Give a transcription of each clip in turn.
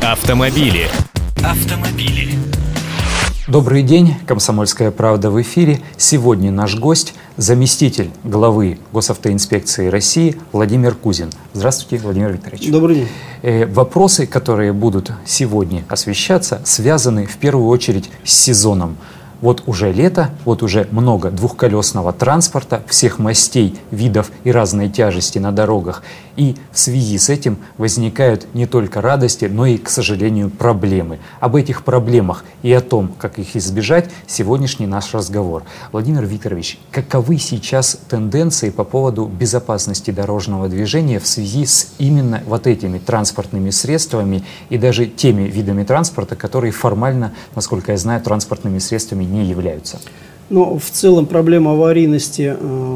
Автомобили. Добрый день, «Комсомольская правда» в эфире. Сегодня наш гость – заместитель главы Госавтоинспекции России Владимир Кузин. Здравствуйте, Владимир Викторович. Добрый день. Вопросы, которые будут сегодня освещаться, связаны в первую очередь с сезоном. Вот уже лето, вот уже много двухколесного транспорта, всех мастей, видов и разной тяжести на дорогах. И в связи с этим возникают не только радости, но и, к сожалению, проблемы. Об этих проблемах и о том, как их избежать, сегодняшний наш разговор. Владимир Викторович, каковы сейчас тенденции по поводу безопасности дорожного движения в связи с именно вот этими транспортными средствами и даже теми видами транспорта, которые формально, насколько я знаю, транспортными средствами не являются? Но в целом проблема аварийности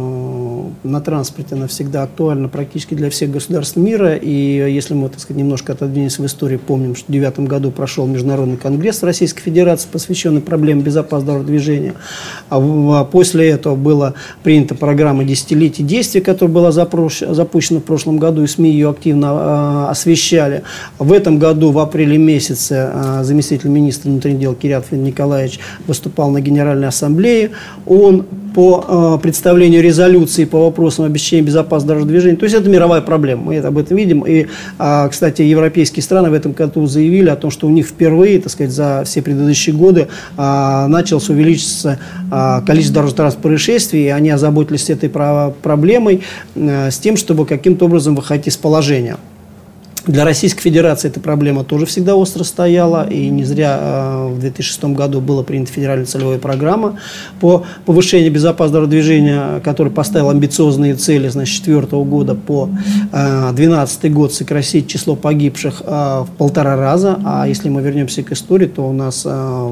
на транспорте, она всегда актуальна практически для всех государств мира. И если мы, так сказать, немножко отодвинемся в истории, помним, что в 2009 году прошел Международный конгресс Российской Федерации, посвященный проблеме безопасности дорожного движения. После этого была принята программа «Десятилетие действий», которая была запущена в прошлом году, и СМИ ее активно освещали. В этом году, в апреле месяце, заместитель министра внутренних дел Кирьянов Леонид Николаевич выступал на Генеральной Ассамблее. Он по представлению резолюции по вопросам обеспечения безопасности дорожного движения, то есть это мировая проблема, мы об этом видим. И, кстати, европейские страны в этом году заявили о том, что у них впервые, так сказать, за все предыдущие годы началось увеличиться количество дорожно-транспортных происшествий, и они озаботились этой проблемой с тем, чтобы каким-то образом выходить из положения. Для Российской Федерации эта проблема тоже всегда остро стояла, и не зря в 2006 году была принята федеральная целевая программа по повышению безопасности дорожного движения, которая поставила амбициозные цели, значит, с 2004 года по 2012 год сократить число погибших в 1,5 раза. А если мы вернемся к истории, то у нас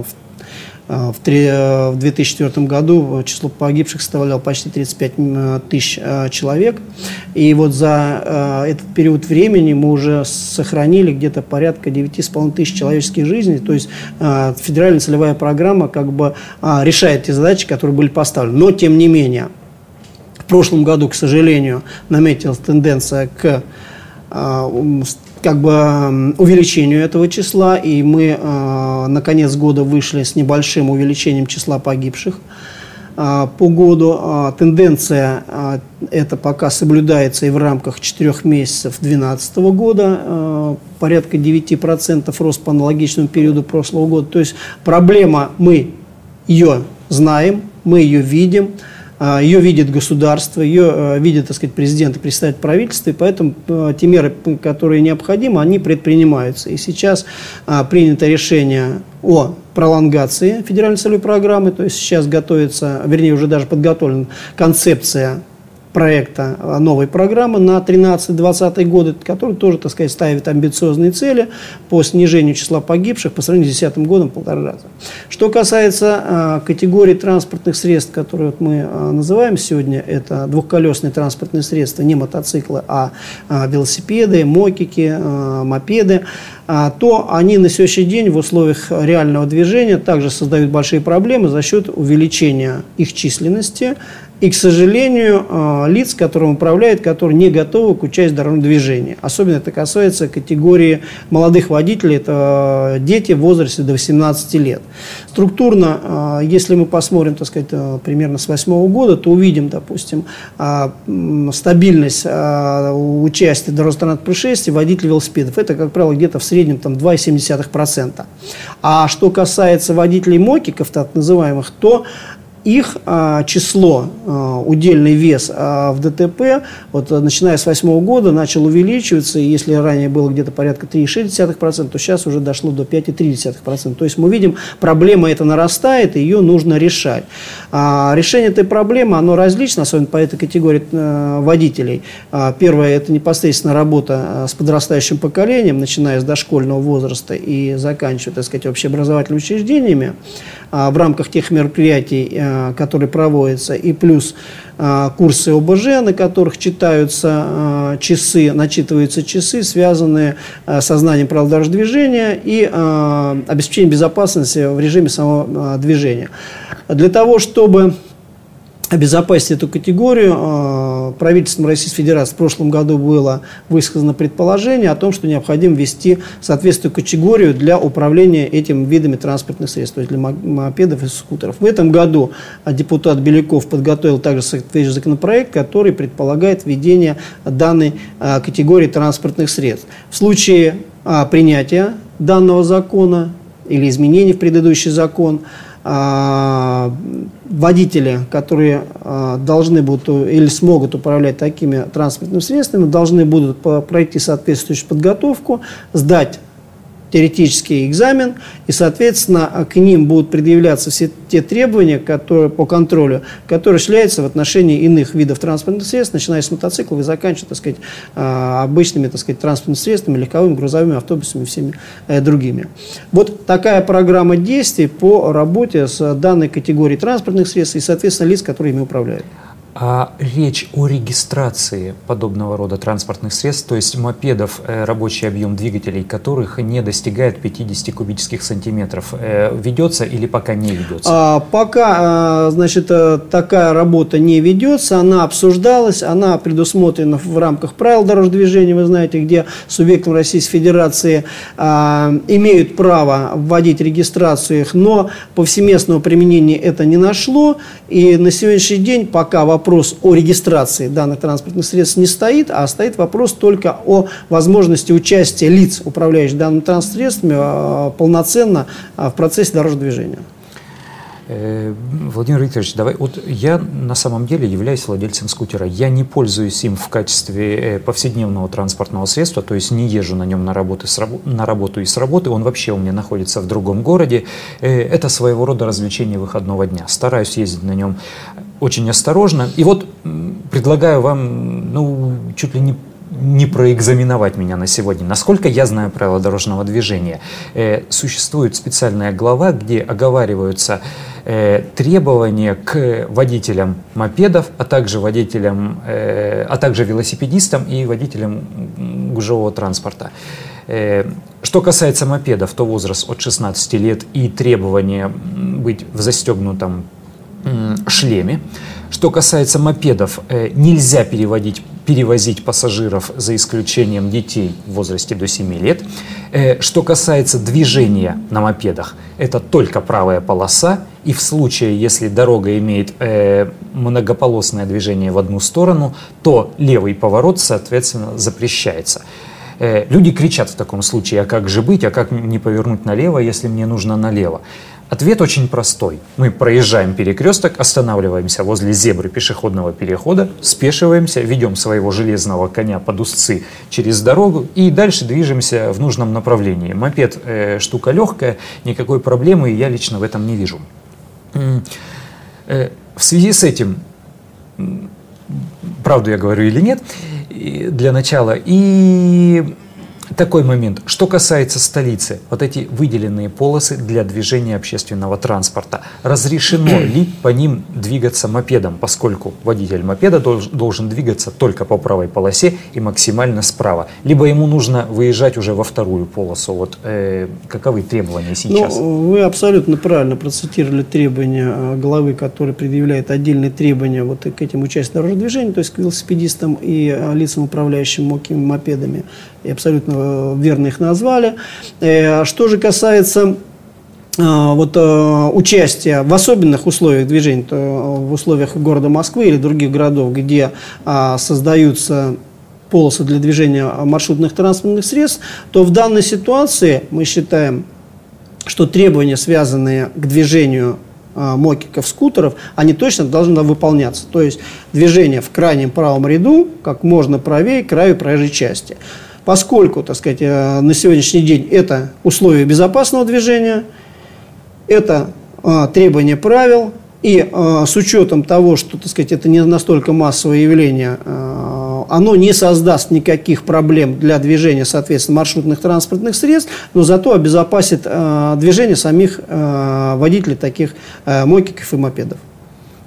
в 2004 году число погибших составляло почти 35 тысяч человек. И вот за этот период времени мы уже сохранили где-то порядка 9,5 тысяч человеческих жизней. То есть федеральная целевая программа как бы решает те задачи, которые были поставлены. Но тем не менее, в прошлом году, к сожалению, наметилась тенденция к увеличению этого числа, и мы на конец года вышли с небольшим увеличением числа погибших по году. Тенденция эта пока соблюдается и в рамках 4 месяцев 2012 года, порядка 9% рост по аналогичному периоду прошлого года. То есть проблема, мы ее знаем, мы ее видим. Ее видит государство, ее видит, так сказать, президент и представитель правительства, и поэтому те меры, которые необходимы, они предпринимаются. И сейчас принято решение о пролонгации федеральной целевой программы, то есть сейчас готовится, вернее, уже даже подготовлена концепция проекта новой программы на 13-20 годы, который тоже, так сказать, ставит амбициозные цели по снижению числа погибших по сравнению с 2010 годом в 1,5 раза. Что касается категории транспортных средств, которые вот мы называем сегодня, это двухколесные транспортные средства, не мотоциклы, а велосипеды, мокики, мопеды, то они на сегодняшний день в условиях реального движения также создают большие проблемы за счет увеличения их численности и, к сожалению, лиц, которым управляют, которые не готовы к участию в дорожном движении. Особенно это касается категории молодых водителей, это дети в возрасте до 18 лет. Структурно, если мы посмотрим, так сказать, примерно с 2008 года, то увидим, допустим, стабильность участия в дорожно-транспортных происшествий водителей велосипедов. Это, как правило, где-то в среднем 2,7%. А что касается водителей мокиков, так называемых, то их число, удельный вес в ДТП, вот, начиная с 2008 года, начал увеличиваться. И если ранее было где-то порядка 3,6%, то сейчас уже дошло до 5,3%. То есть мы видим, проблема эта нарастает, и ее нужно решать. Решение этой проблемы, оно различно, особенно по этой категории водителей. Первое – это непосредственно работа с подрастающим поколением, начиная с дошкольного возраста и заканчивая, так сказать, общеобразовательными учреждениями в рамках тех мероприятий, которые проводятся, и плюс курсы ОБЖ, на которых читаются часы, начитываются часы, связанные со знанием правил дорожного движения и обеспечением безопасности в режиме самого движения. Для того, чтобы обезопасить эту категорию, правительством Российской Федерации в прошлом году было высказано предположение о том, что необходимо ввести соответствующую категорию для управления этими видами транспортных средств, то есть для мопедов и скутеров. В этом году депутат Беляков подготовил также соответствующий законопроект, который предполагает введение данной категории транспортных средств. В случае принятия данного закона или изменений в предыдущий закон, водители, которые должны будут или смогут управлять такими транспортными средствами, должны будут пройти соответствующую подготовку, сдать теоретический экзамен, и, соответственно, к ним будут предъявляться все те требования, которые, по контролю, которые осуществляются в отношении иных видов транспортных средств, начиная с мотоциклов и заканчивая, так сказать, обычными, так сказать, транспортными средствами, легковыми, грузовыми, автобусами и всеми другими. Вот такая программа действий по работе с данной категорией транспортных средств и, соответственно, лиц, которые ими управляют. А речь о регистрации подобного рода транспортных средств, то есть мопедов, рабочий объем двигателей которых не достигает 50 кубических сантиметров, ведется или пока не ведется? Пока, значит, такая работа не ведется, она обсуждалась, она предусмотрена в рамках правил дорожного движения, вы знаете, где субъектам Российской Федерации имеют право вводить регистрацию их, но повсеместного применения это не нашло, и на сегодняшний день пока вопрос о регистрации данных транспортных средств не стоит, а стоит вопрос только о возможности участия лиц, управляющих данными транспортными средствами, полноценно в процессе дорожного движения. Владимир Викторович, вот я на самом деле являюсь владельцем скутера. Я не пользуюсь им в качестве повседневного транспортного средства, то есть не езжу на нем на работу и с работы. Он вообще у меня находится в другом городе. Это своего рода развлечение выходного дня. Стараюсь ездить на нем очень осторожно. И вот предлагаю вам, чуть ли не проэкзаменовать меня на сегодня. Насколько я знаю правила дорожного движения, существует специальная глава, где оговариваются требования к водителям мопедов, а также велосипедистам и водителям гужевого транспорта. Что касается мопедов, то возраст от 16 лет и требование быть в застегнутом шлеме. Что касается мопедов, нельзя перевозить пассажиров за исключением детей в возрасте до 7 лет. Что касается движения на мопедах, это только правая полоса, и в случае, если дорога имеет многополосное движение в одну сторону, то левый поворот, соответственно, запрещается. Люди кричат в таком случае: а как же быть, а как не повернуть налево, если мне нужно налево? Ответ очень простой. Мы проезжаем перекресток, останавливаемся возле зебры пешеходного перехода, спешиваемся, ведем своего железного коня под узцы через дорогу и дальше движемся в нужном направлении. Мопед штука легкая, никакой проблемы я лично в этом не вижу. В связи с этим, правду я говорю или нет, для начала, и такой момент. Что касается столицы, вот эти выделенные полосы для движения общественного транспорта, разрешено ли по ним двигаться мопедом, поскольку водитель мопеда должен двигаться только по правой полосе и максимально справа, либо ему нужно выезжать уже во вторую полосу? Вот каковы требования сейчас? Вы абсолютно правильно процитировали требования главы, которая предъявляет отдельные требования вот к этим участникам дорожного движения, то есть к велосипедистам и лицам, управляющим мопедами. И абсолютно верно их назвали. Что же касается участия в особенных условиях движения, то в условиях города Москвы или других городов, где создаются полосы для движения маршрутных транспортных средств, то в данной ситуации мы считаем, что требования, связанные к движению мокиков, скутеров, они точно должны выполняться. То есть движение в крайнем правом ряду как можно правее краю проезжей части. Поскольку, так сказать, на сегодняшний день это условия безопасного движения, это требования правил, и с учетом того, что, так сказать, это не настолько массовое явление, оно не создаст никаких проблем для движения, соответственно, маршрутных транспортных средств, но зато обезопасит движение самих водителей таких мокиков и мопедов.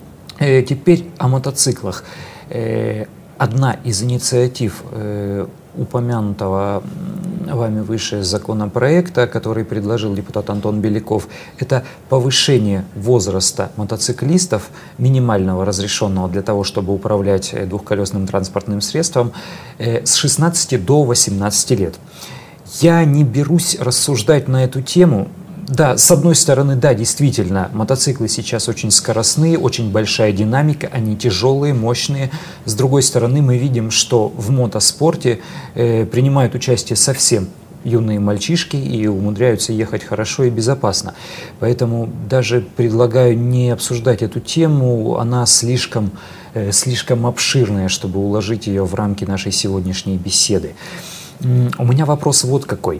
Теперь о мотоциклах. Одна из инициатив упомянутого вами выше законопроекта, который предложил депутат Антон Беляков, это повышение возраста мотоциклистов, минимального разрешенного для того, чтобы управлять двухколесным транспортным средством, с 16 до 18 лет. Я не берусь рассуждать на эту тему. Да, с одной стороны, да, действительно, мотоциклы сейчас очень скоростные, очень большая динамика, они тяжелые, мощные. С другой стороны, мы видим, что в мотоспорте принимают участие совсем юные мальчишки и умудряются ехать хорошо и безопасно. Поэтому даже предлагаю не обсуждать эту тему, она слишком обширная, чтобы уложить ее в рамки нашей сегодняшней беседы. У меня вопрос вот какой.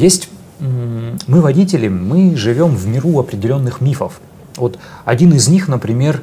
Мы, водители, мы живем в миру определенных мифов. Вот один из них, например,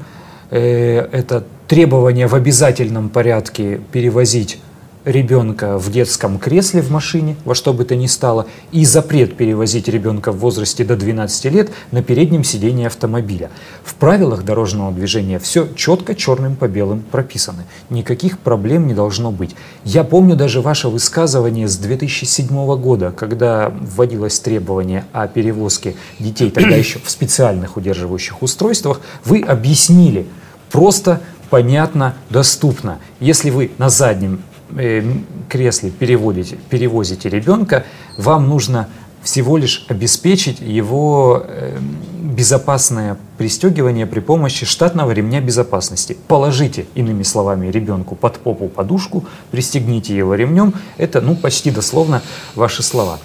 это требование в обязательном порядке перевозить ребенка в детском кресле в машине, во что бы то ни стало, и запрет перевозить ребенка в возрасте до 12 лет на переднем сидении автомобиля. В правилах дорожного движения все четко черным по белым прописано. Никаких проблем не должно быть. Я помню даже ваше высказывание с 2007 года, когда вводилось требование о перевозке детей тогда еще в специальных удерживающих устройствах. Вы объяснили просто, понятно, доступно. Если вы на заднем кресле перевозите ребенка, вам нужно всего лишь обеспечить его безопасное пристегивание при помощи штатного ремня безопасности. Положите, иными словами, ребенку под попу подушку, пристегните его ремнем. Это, почти дословно ваши слова.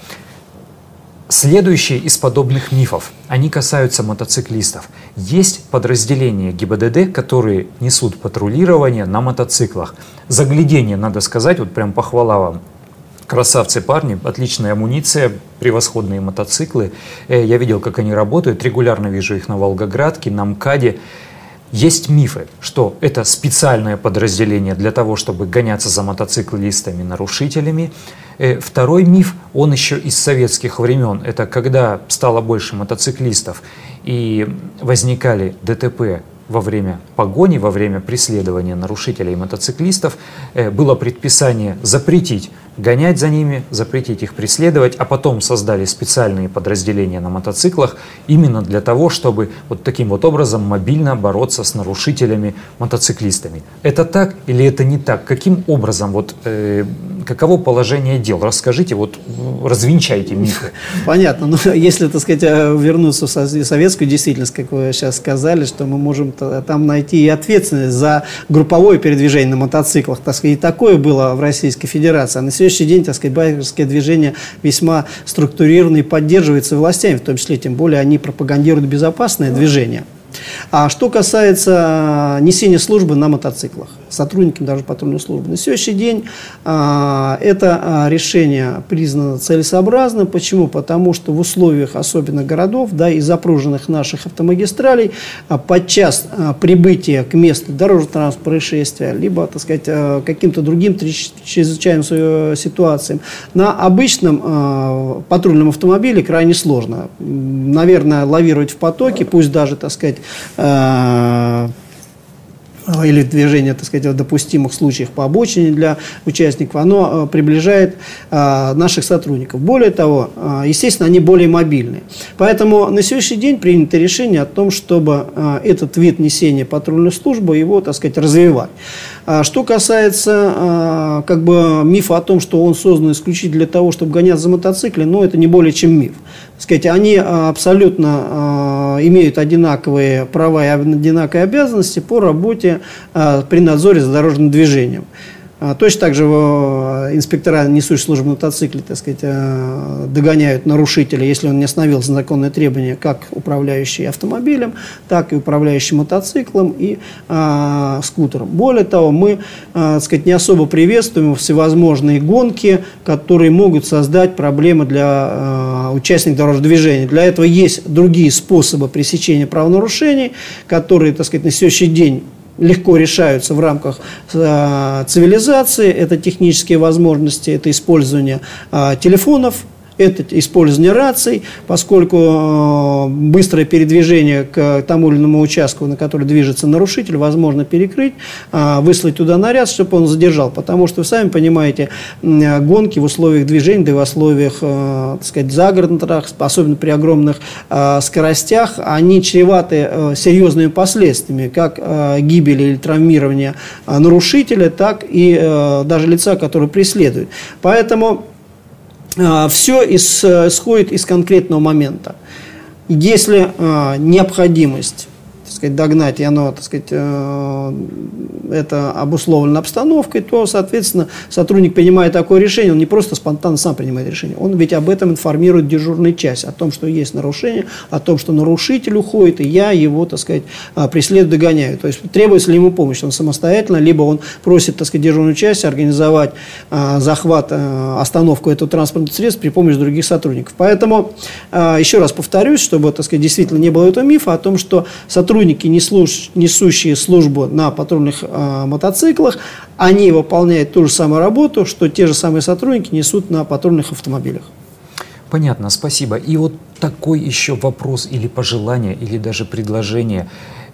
Следующие из подобных мифов, они касаются мотоциклистов. Есть подразделения ГИБДД, которые несут патрулирование на мотоциклах. Загляденье, надо сказать, вот прям похвала вам. Красавцы парни, отличная амуниция, превосходные мотоциклы. Я видел, как они работают, регулярно вижу их на Волгоградке, на МКАДе. Есть мифы, что это специальное подразделение для того, чтобы гоняться за мотоциклистами-нарушителями. Второй миф, он еще из советских времен. Это когда стало больше мотоциклистов и возникали ДТП во время погони, во время преследования нарушителей мотоциклистов, было предписание запретить гонять за ними, запретить их преследовать, а потом создали специальные подразделения на мотоциклах именно для того, чтобы вот таким вот образом мобильно бороться с нарушителями-мотоциклистами. Это так или это не так? Каким образом, каково положение дел? Расскажите, развенчайте мифы. Понятно. Но если, так сказать, вернуться в советскую действительность, как вы сейчас сказали, что мы можем там найти и ответственность за групповое передвижение на мотоциклах, так сказать, и такое было в Российской Федерации. А на сегодняшний день, так сказать, байкерское движение весьма структурировано и поддерживается властями, в том числе, тем более, они пропагандируют безопасное движение. А что касается несения службы на мотоциклах, сотрудниками даже патрульной службы, на сегодняшний день это решение признано целесообразным. Почему? Потому что в условиях особенно городов, и запруженных наших автомагистралей, подчас прибытие к месту дорожно-транспортного происшествия, либо, так сказать, каким-то другим чрезвычайным ситуациям на обычном патрульном автомобиле крайне сложно. Наверное, лавировать в потоке, пусть даже, так сказать, или движение, так сказать, в допустимых случаях по обочине для участников, оно приближает наших сотрудников. Более того, естественно, они более мобильные. Поэтому на сегодняшний день принято решение о том, чтобы этот вид несения патрульной службы, его, так сказать, развивать. Что касается мифа о том, что он создан исключительно для того, чтобы гоняться за мотоциклом, это не более чем миф. Так сказать, они абсолютно имеют одинаковые права и одинаковые обязанности по работе при надзоре за дорожным движением. Точно так же инспектора, несущие службу на мотоцикле, так сказать, догоняют нарушителя, если он не остановил законные требования, как управляющий автомобилем, так и управляющий мотоциклом и скутером. Более того, мы, так сказать, не особо приветствуем всевозможные гонки, которые могут создать проблемы для участников дорожного движения. Для этого есть другие способы пресечения правонарушений, которые, так сказать, на сегодняшний день легко решаются в рамках цивилизации. Это технические возможности, это использование телефонов, это использование раций, поскольку быстрое передвижение к тому или иному участку, на который движется нарушитель, возможно перекрыть, выслать туда наряд, чтобы он задержал. Потому что, вы сами понимаете, гонки в условиях движения, да и в условиях, так сказать, загородных трасс, особенно при огромных скоростях, они чреваты серьезными последствиями, как гибели или травмирования нарушителя, так и даже лица, которое преследует. Поэтому все исходит из конкретного момента. Если необходимость, так сказать, догнать, и оно, так сказать, это обусловлено обстановкой, то, соответственно, сотрудник, принимая такое решение, он не просто спонтанно сам принимает решение, он ведь об этом информирует дежурную часть, о том, что есть нарушение, о том, что нарушитель уходит, и я его, так сказать, преследую, догоняю. То есть требуется ли ему помощь, он самостоятельно, либо он просит, так сказать, дежурную часть организовать захват, остановку этого транспортного средства при помощи других сотрудников. Поэтому, еще раз повторюсь, чтобы, так сказать, действительно не было этого мифа о том, что сотрудники, несущие службу на патрульных мотоциклах, они выполняют ту же самую работу, что те же самые сотрудники несут на патрульных автомобилях. Понятно, спасибо. И вот такой еще вопрос или пожелание, или даже предложение.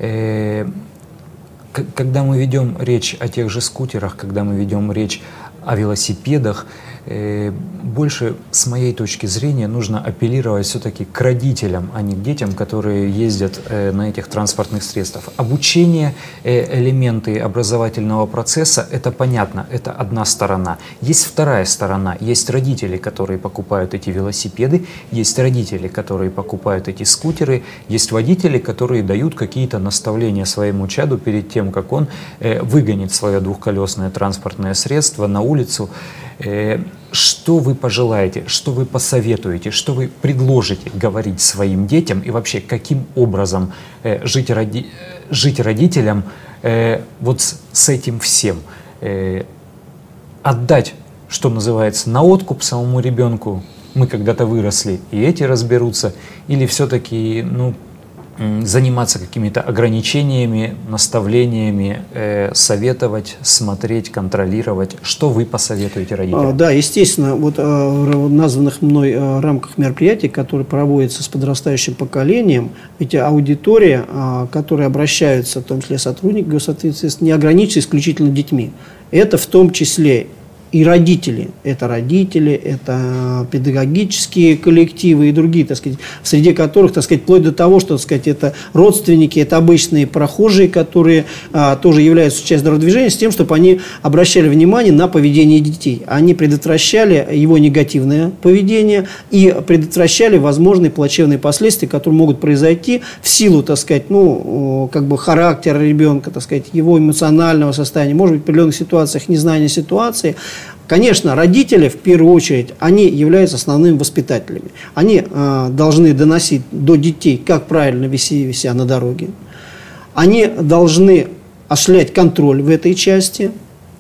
Когда мы ведем речь о тех же скутерах, когда мы ведем речь о велосипедах, больше, с моей точки зрения, нужно апеллировать все-таки к родителям, а не к детям, которые ездят на этих транспортных средствах. Обучение, элементы образовательного процесса – это понятно, это одна сторона. Есть вторая сторона, есть родители, которые покупают эти велосипеды, есть родители, которые покупают эти скутеры, есть водители, которые дают какие-то наставления своему чаду перед тем, как он выгонит свое двухколесное транспортное средство на улицу. Что вы пожелаете, что вы посоветуете, что вы предложите говорить своим детям и вообще каким образом жить родителям вот с этим всем? Отдать, что называется, на откуп самому ребенку, мы когда-то выросли, и эти разберутся, или все-таки заниматься какими-то ограничениями, наставлениями, советовать, смотреть, контролировать. Что вы посоветуете родителям? Да, естественно, вот в названных мной рамках мероприятий, которые проводятся с подрастающим поколением, ведь аудитория, которая обращаются, в том числе сотрудники госответственности, не ограничивается исключительно детьми. Это в том числе и родители, это педагогические коллективы и другие, так сказать, среди которых, так сказать, вплоть до того, что, так сказать, это родственники, это обычные прохожие, которые тоже являются частью дорожного движения, с тем, чтобы они обращали внимание на поведение детей. Они предотвращали его негативное поведение и предотвращали возможные плачевные последствия, которые могут произойти в силу, так сказать, характера ребенка, так сказать, его эмоционального состояния, может быть, в определенных ситуациях незнания ситуации. Конечно, родители, в первую очередь, они являются основными воспитателями. Они должны доносить до детей, как правильно вести себя на дороге. Они должны осуществлять контроль в этой части.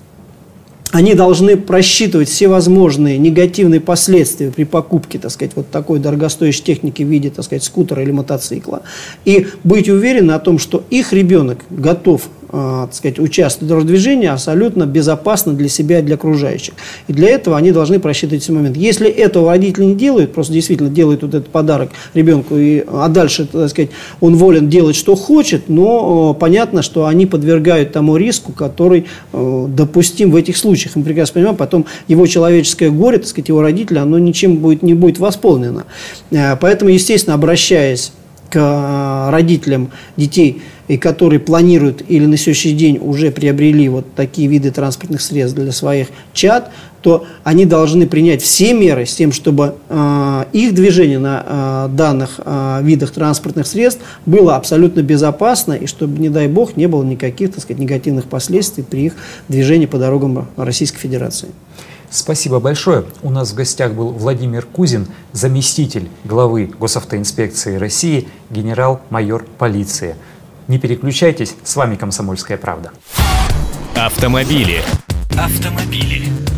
Они должны просчитывать все возможные негативные последствия при покупке, так сказать, вот такой дорогостоящей техники в виде, так сказать, скутера или мотоцикла. И быть уверены о том, что их ребенок готов, так сказать, участвовать в дорожном движении абсолютно безопасно для себя и для окружающих. И для этого они должны просчитывать все моменты. Если этого родители не делают, просто действительно делают вот этот подарок ребенку, а дальше, так сказать, он волен делать, что хочет, но понятно, что они подвергают тому риску, который допустим в этих случаях. Мы прекрасно понимаем, потом его человеческое горе, так сказать, его родителя, оно ничем не будет восполнено. Поэтому, естественно, обращаясь к родителям детей, и которые планируют или на сегодняшний день уже приобрели вот такие виды транспортных средств для своих чад, то они должны принять все меры с тем, чтобы их движение на данных видах транспортных средств было абсолютно безопасно, и чтобы, не дай бог, не было никаких, так сказать, негативных последствий при их движении по дорогам Российской Федерации. Спасибо большое. У нас в гостях был Владимир Кузин, заместитель главы Госавтоинспекции России, генерал-майор полиции. Не переключайтесь, с вами «Комсомольская правда». Автомобили.